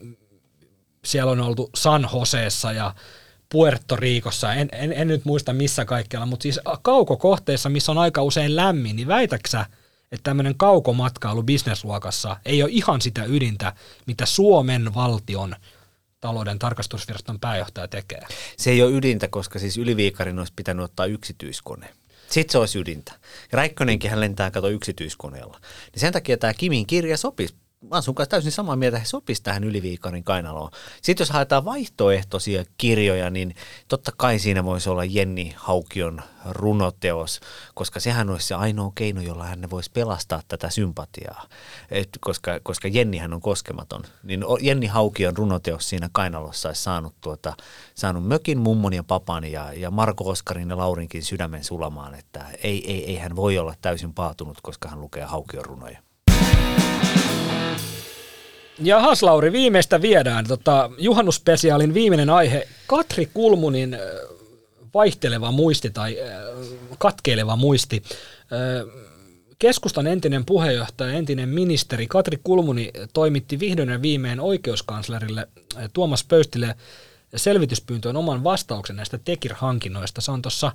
siellä on oltu San Joseessa ja Puerto Ricossa, en, en, en nyt muista missä kaikkialla, mutta siis kaukokohteissa, missä on aika usein lämmin, niin väitäksä, että tämmöinen kaukomatkailu bisnesluokassa ei ole ihan sitä ydintä, mitä Suomen valtion talouden tarkastusviraston pääjohtaja tekee? Se ei ole ydintä, koska siis Yliviikarin olisi pitänyt ottaa yksityiskone. Sitten se olisi ydintä. Räikkönenkin hän lentää kato yksityiskoneella. Niin sen takia tämä Kimin kirja sopisi. Mä oon sun kanssa täysin samaa mieltä, että he sopisi tähän Yliviikarin kainaloon. Sitten jos haetaan vaihtoehtoisia kirjoja, niin totta kai siinä voisi olla Jenni Haukion runoteos, koska sehän olisi se ainoa keino, jolla hän voisi pelastaa tätä sympatiaa. Et koska, koska Jennihän on koskematon, niin Jenni Haukion runoteos siinä kainalossa olisi saanut, tuota, saanut mökin, mummon ja papan ja, ja Marko Oskarin ja Laurinkin sydämen sulamaan, että ei, ei, ei hän voi olla täysin paatunut, koska hän lukee Haukion runoja. Jahas Lauri, viimeistä viedään. Tota, juhannusspesiaalin viimeinen aihe, Katri Kulmunin vaihteleva muisti tai katkeileva muisti. Keskustan entinen puheenjohtaja, entinen ministeri Katri Kulmuni toimitti vihdoin ja viimein oikeuskanslerille Tuomas Pöystille selvityspyyntöön oman vastauksen näistä Tekir-hankinnoista. Se on tuossa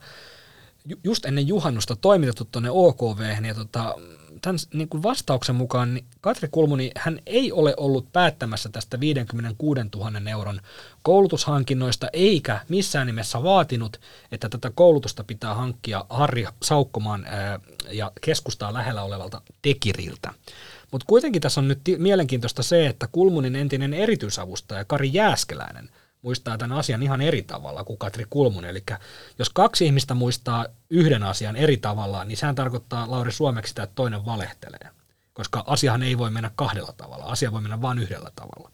just ennen juhannusta toimitettu tuonne O K V:hen ja tota, tämän niin kuin vastauksen mukaan niin Katri Kulmuni, hän ei ole ollut päättämässä tästä viisikymmentäkuusituhatta euron koulutushankinnoista, eikä missään nimessä vaatinut, että tätä koulutusta pitää hankkia Harri Saukkomaan ää, ja keskustaa lähellä olevalta Tekiriltä. Mutta kuitenkin tässä on nyt t- mielenkiintoista se, että Kulmunin entinen erityisavustaja Kari Jääskeläinen muistaa tämän asian ihan eri tavalla kuin Katri Kulmunen. Eli jos kaksi ihmistä muistaa yhden asian eri tavalla, niin sehän tarkoittaa, Lauri, suomeksi sitä, että toinen valehtelee. Koska asiahan ei voi mennä kahdella tavalla, asia voi mennä vain yhdellä tavalla.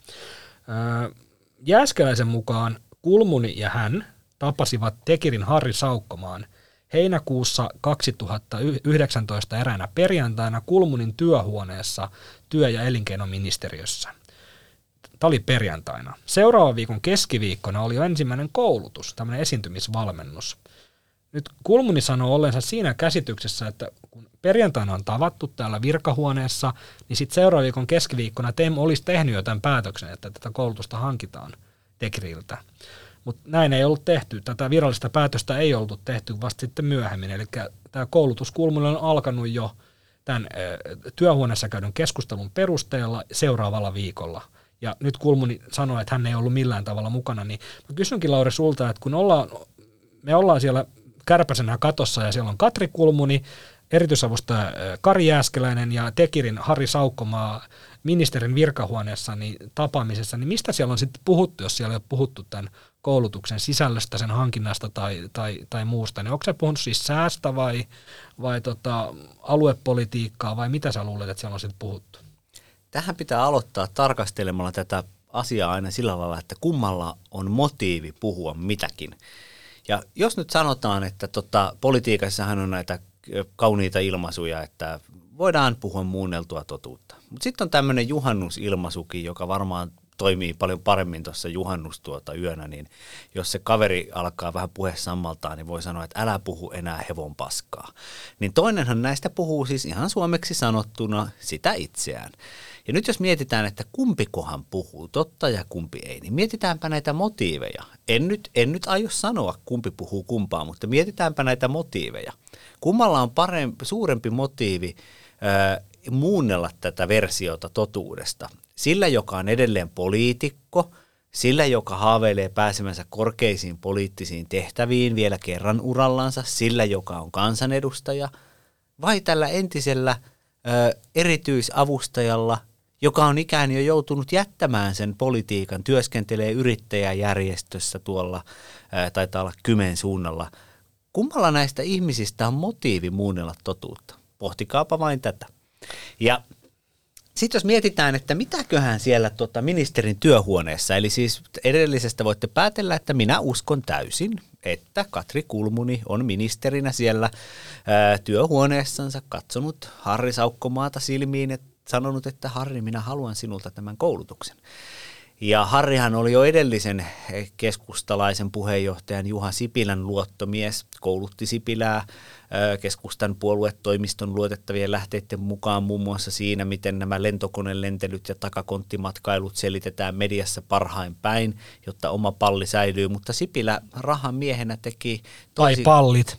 Öö, Jääskeläisen mukaan Kulmuni ja hän tapasivat Tekirin Harri Saukkomaan heinäkuussa kaksituhattayhdeksäntoista eräänä perjantaina Kulmunin työhuoneessa työ- ja elinkeinoministeriössä. Tämä oli perjantaina. Seuraavan viikon keskiviikkona oli jo ensimmäinen koulutus, tämmöinen esiintymisvalmennus. Nyt Kulmuni sanoo ollensa siinä käsityksessä, että kun perjantaina on tavattu täällä virkahuoneessa, niin sitten seuraavan viikon keskiviikkona T E M olisi tehnyt jo tämän päätöksen, että tätä koulutusta hankitaan Tekiriltä. Mutta näin ei ollut tehty. Tätä virallista päätöstä ei ollut tehty vasta sitten myöhemmin. Eli tämä koulutus Kulmunille on alkanut jo tämän työhuoneessa käydyn keskustelun perusteella seuraavalla viikolla. Ja nyt Kulmuni sanoi, että hän ei ollut millään tavalla mukana, niin mä kysynkin, Lauri, sulta, että kun ollaan, me ollaan siellä kärpäsenä katossa ja siellä on Katri Kulmuni, erityisavustaja Kari Jääskeläinen ja Tekirin Harri Saukkomaa ministerin virkahuoneessa niin tapaamisessa, niin mistä siellä on sitten puhuttu, jos siellä ei ole puhuttu tämän koulutuksen sisällöstä, sen hankinnasta tai, tai, tai muusta, niin onko se puhunut siis säästä vai, vai tota, aluepolitiikkaa vai mitä sä luulet, että siellä on sitten puhuttu? Tähän pitää aloittaa tarkastelemalla tätä asiaa aina sillä lailla, että kummalla on motiivi puhua mitäkin. Ja jos nyt sanotaan, että tota, politiikassahan on näitä kauniita ilmaisuja, että voidaan puhua muunneltua totuutta. Mutta sitten on tämmöinen juhannusilmaisukin, joka varmaan toimii paljon paremmin tuossa juhannustuota yönä, niin jos se kaveri alkaa vähän puhe sammaltaan, niin voi sanoa, että älä puhu enää hevon paskaa. Niin toinenhan näistä puhuu siis ihan suomeksi sanottuna sitä itseään. Ja nyt jos mietitään, että kumpikohan puhuu totta ja kumpi ei, niin mietitäänpä näitä motiiveja. En nyt, en nyt aio sanoa, kumpi puhuu kumpaa, mutta mietitäänpä näitä motiiveja. Kummalla on parempi, suurempi motiivi ää, muunnella tätä versiota totuudesta? Sillä, joka on edelleen poliitikko, sillä, joka haaveilee pääsemänsä korkeisiin poliittisiin tehtäviin vielä kerran urallansa, sillä, joka on kansanedustaja, vai tällä entisellä ö, erityisavustajalla, joka on ikään jo joutunut jättämään sen politiikan, työskentelee yrittäjäjärjestössä tuolla, ö, taitaa olla Kymen suunnalla. Kummalla näistä ihmisistä on motiivi muunnella totuutta? Pohtikaapa vain tätä. Ja sitten jos mietitään, että mitäköhän siellä tuota ministerin työhuoneessa, eli siis edellisestä voitte päätellä, että minä uskon täysin, että Katri Kulmuni on ministerinä siellä ää, työhuoneessansa katsonut Harri Saukkomaata silmiin ja sanonut, että Harri, minä haluan sinulta tämän koulutuksen. Ja Harrihan oli jo edellisen keskustalaisen puheenjohtajan Juha Sipilän luottomies, koulutti Sipilää keskustan puoluetoimiston luotettavien lähteiden mukaan muun muassa siinä, miten nämä lentokonelentelyt ja takakonttimatkailut selitetään mediassa parhain päin, jotta oma palli säilyy, mutta Sipilä rahan miehenä teki toisi... Tai pallit.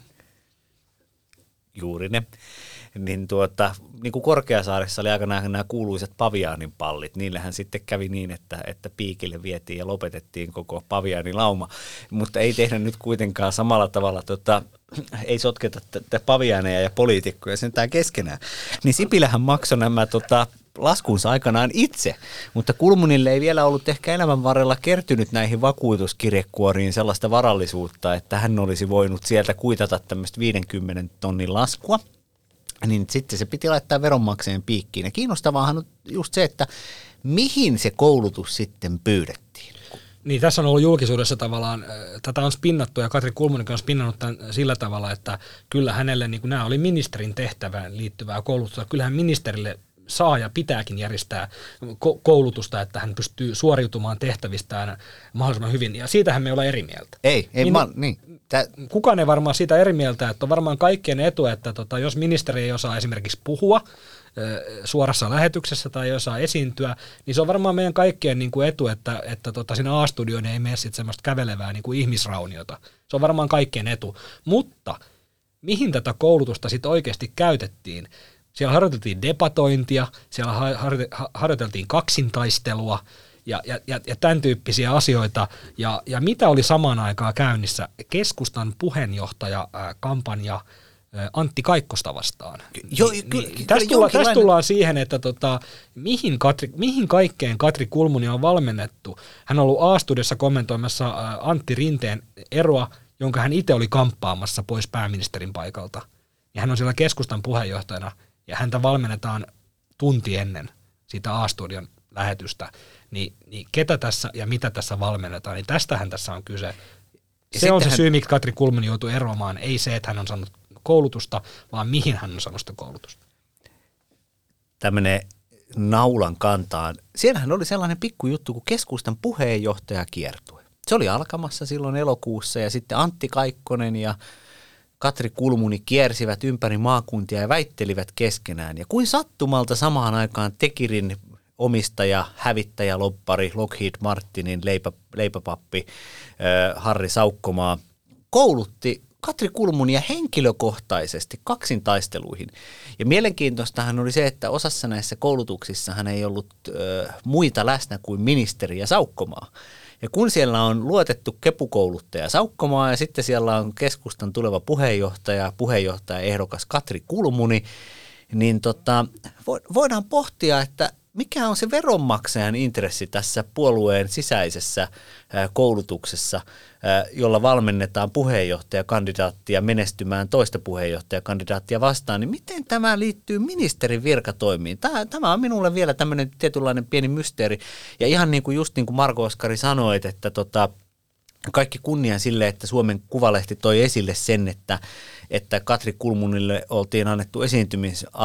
Juuri ne. Niin, tuota, niin kuin Korkeasaaressa oli aikanaan nämä kuuluisat paviaanin pallit, niillähän sitten kävi niin, että, että piikille vietiin ja lopetettiin koko paviaanilauma, mutta ei tehdä nyt kuitenkaan samalla tavalla, tota, ei sotketa tätä paviaaneja ja poliitikkoja sentään keskenään. Niin Sipilähän maksoi nämä tota, laskunsa aikanaan itse, mutta Kulmunille ei vielä ollut ehkä elämän varrella kertynyt näihin vakuutuskirjekuoriin sellaista varallisuutta, että hän olisi voinut sieltä kuitata tämmöistä viidenkymmenen tonnin laskua. Niin sitten se piti laittaa veronmaksajien piikkiin. Ja kiinnostavaahan on just se, että mihin se koulutus sitten pyydettiin. Niin, tässä on ollut julkisuudessa tavallaan, tätä on spinnattu ja Katri Kulmunikin on spinnannut tämän sillä tavalla, että kyllä hänelle niin kuin nämä oli ministerin tehtävään liittyvää koulutusta. Kyllähän ministerille saa ja pitääkin järjestää koulutusta, että hän pystyy suoriutumaan tehtävistään mahdollisimman hyvin. Ja siitähän me ollaan eri mieltä. Ei, ei niin, mä, niin. Tää... Kukaan ei varmaan siitä eri mieltä, että on varmaan kaikkien etu, että tota, jos ministeri ei osaa esimerkiksi puhua suorassa lähetyksessä tai ei osaa esiintyä, niin se on varmaan meidän kaikkien niin kuin etu, että, että tota, siinä A-studioon ei mene sitten semmoista kävelevää niin kuin ihmisrauniota. Se on varmaan kaikkien etu. Mutta mihin tätä koulutusta sitten oikeasti käytettiin? Siellä harjoiteltiin debatointia, siellä harjoiteltiin kaksintaistelua ja, ja, ja, ja tämän tyyppisiä asioita. Ja, ja mitä oli samaan aikaan käynnissä? Keskustan puheenjohtajakampanja Antti Kaikkosta vastaan. Jo, niin, kyllä, niin, tästä, tulla, tästä tullaan siihen, että tota, mihin, Katri, mihin kaikkeen Katri Kulmuni on valmennettu. Hän on ollut A-studiossa kommentoimassa Antti Rinteen eroa, jonka hän itse oli kamppaamassa pois pääministerin paikalta. Ja hän on siellä keskustan puheenjohtajana. Ja häntä valmennetaan tunti ennen sitä A-studion lähetystä, niin, niin ketä tässä ja mitä tässä valmennetaan, niin tästähän tässä on kyse. Se Sitten on se hän... syy, miksi Katri Kulmuni joutui eroamaan, ei se, että hän on saanut koulutusta, vaan mihin hän on saanut sitä koulutusta. Tämmöinen naulan kantaan. Siellähän oli sellainen pikkujuttu kuin keskustan puheenjohtajakiertue. Se oli alkamassa silloin elokuussa ja sitten Antti Kaikkonen ja Katri Kulmuni kiersivät ympäri maakuntia ja väittelivät keskenään. Ja kuin sattumalta samaan aikaan Tekirin omistaja, hävittäjä, lobbari, Lockheed Martinin leipä, leipäpappi äh, Harri Saukkomaa koulutti Katri Kulmunia henkilökohtaisesti kaksintaisteluihin. Ja mielenkiintoistahan oli se, että osassa näissä koulutuksissa hän ei ollut äh, muita läsnä kuin ministeri ja Saukkomaa. Ja kun siellä on luotettu kepukouluttaja Saukkomaa ja sitten siellä on keskustan tuleva puheenjohtaja, puheenjohtaja ehdokas Katri Kulmuni, niin tota, voidaan pohtia, että mikä on se veronmaksajan intressi tässä puolueen sisäisessä koulutuksessa, jolla valmennetaan puheenjohtajakandidaattia menestymään toista puheenjohtajakandidaattia vastaan, niin miten tämä liittyy ministerin virkatoimiin? Tämä on minulle vielä tämmöinen tietynlainen pieni mysteeri. Ja ihan niin kuin just niin kuin Marko Oskari sanoi, että tota, kaikki kunnia sille, että Suomen Kuvalehti toi esille sen, että, että Katri Kulmunille oltiin annettu esiintymis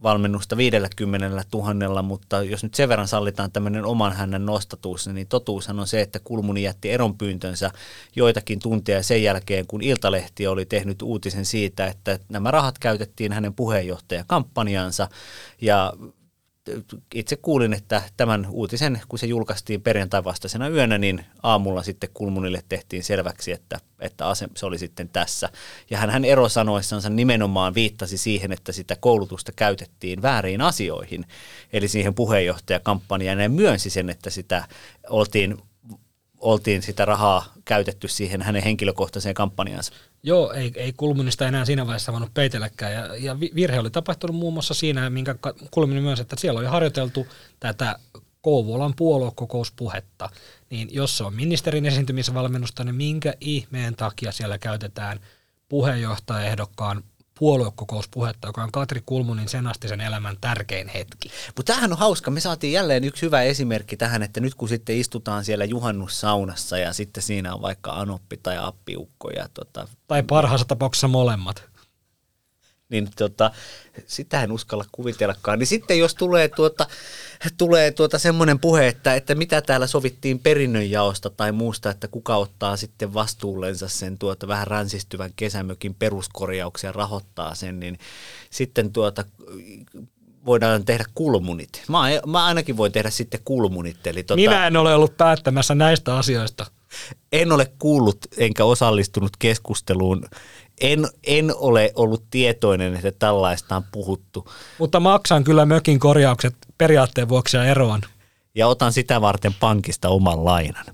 valmennusta viidelläkymmenellä tuhannella, mutta jos nyt sen verran sallitaan tämmöinen oman hännän nostatus, niin totuushan on se, että Kulmuni jätti eronpyyntönsä joitakin tunteja sen jälkeen, kun Iltalehti oli tehnyt uutisen siitä, että nämä rahat käytettiin hänen puheenjohtajakampanjaansa, ja itse kuulin, että tämän uutisen, kun se julkaistiin perjantai vastaisena yönä, niin aamulla sitten Kulmunille tehtiin selväksi, että, että ase, se oli sitten tässä. Ja hän, hän erosanoissansa nimenomaan viittasi siihen, että sitä koulutusta käytettiin vääriin asioihin, eli siihen puheenjohtajakampanjaan, ja myönsi sen, että sitä oltiin, oltiin sitä rahaa käytetty siihen hänen henkilökohtaiseen kampanjaansa. Joo, ei, ei Kulmunista enää siinä vaiheessa voinut peitelläkään, ja, ja virhe oli tapahtunut muun muassa siinä, minkä Kulmuni myös, että siellä oli harjoiteltu tätä Kouvolan puoluekokouspuhetta, niin jos se on ministerin esiintymisvalmennusta, niin minkä ihmeen takia siellä käytetään puheenjohtajaehdokkaan puoluekokouspuhetta, joka on Katri Kulmunin senastisen elämän tärkein hetki. Mutta tämähän on hauska. Me saatiin jälleen yksi hyvä esimerkki tähän, että nyt kun sitten istutaan siellä juhannussaunassa ja sitten siinä on vaikka Anoppi tai Appiukko. Ja tota, tai parhaassa tapauksessa molemmat. Niin tota, sitä en uskalla kuvitellakaan. Niin sitten jos tulee, tuota, tulee tuota semmoinen puhe, että, että mitä täällä sovittiin perinnönjaosta tai muusta, että kuka ottaa sitten vastuullensa sen tuota vähän ränsistyvän kesämökin peruskorjauksia ja rahoittaa sen, niin sitten tuota voidaan tehdä kulmunit. Mä, mä ainakin voin tehdä sitten kulmunit. Eli tuota, minä en ole ollut päättämässä näistä asioista. En ole kuullut enkä osallistunut keskusteluun. En, en ole ollut tietoinen, että tällaista on puhuttu. Mutta maksan kyllä mökin korjaukset periaatteen vuoksi ja eroan. Ja otan sitä varten pankista oman lainan.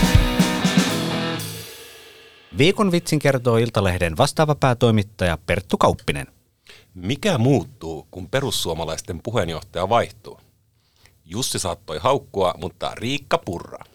Viikon vitsin kertoo Iltalehden vastaava päätoimittaja Perttu Kauppinen. Mikä muuttuu, kun perussuomalaisten puheenjohtaja vaihtuu? Jussi saattoi haukkua, mutta Riikka purra.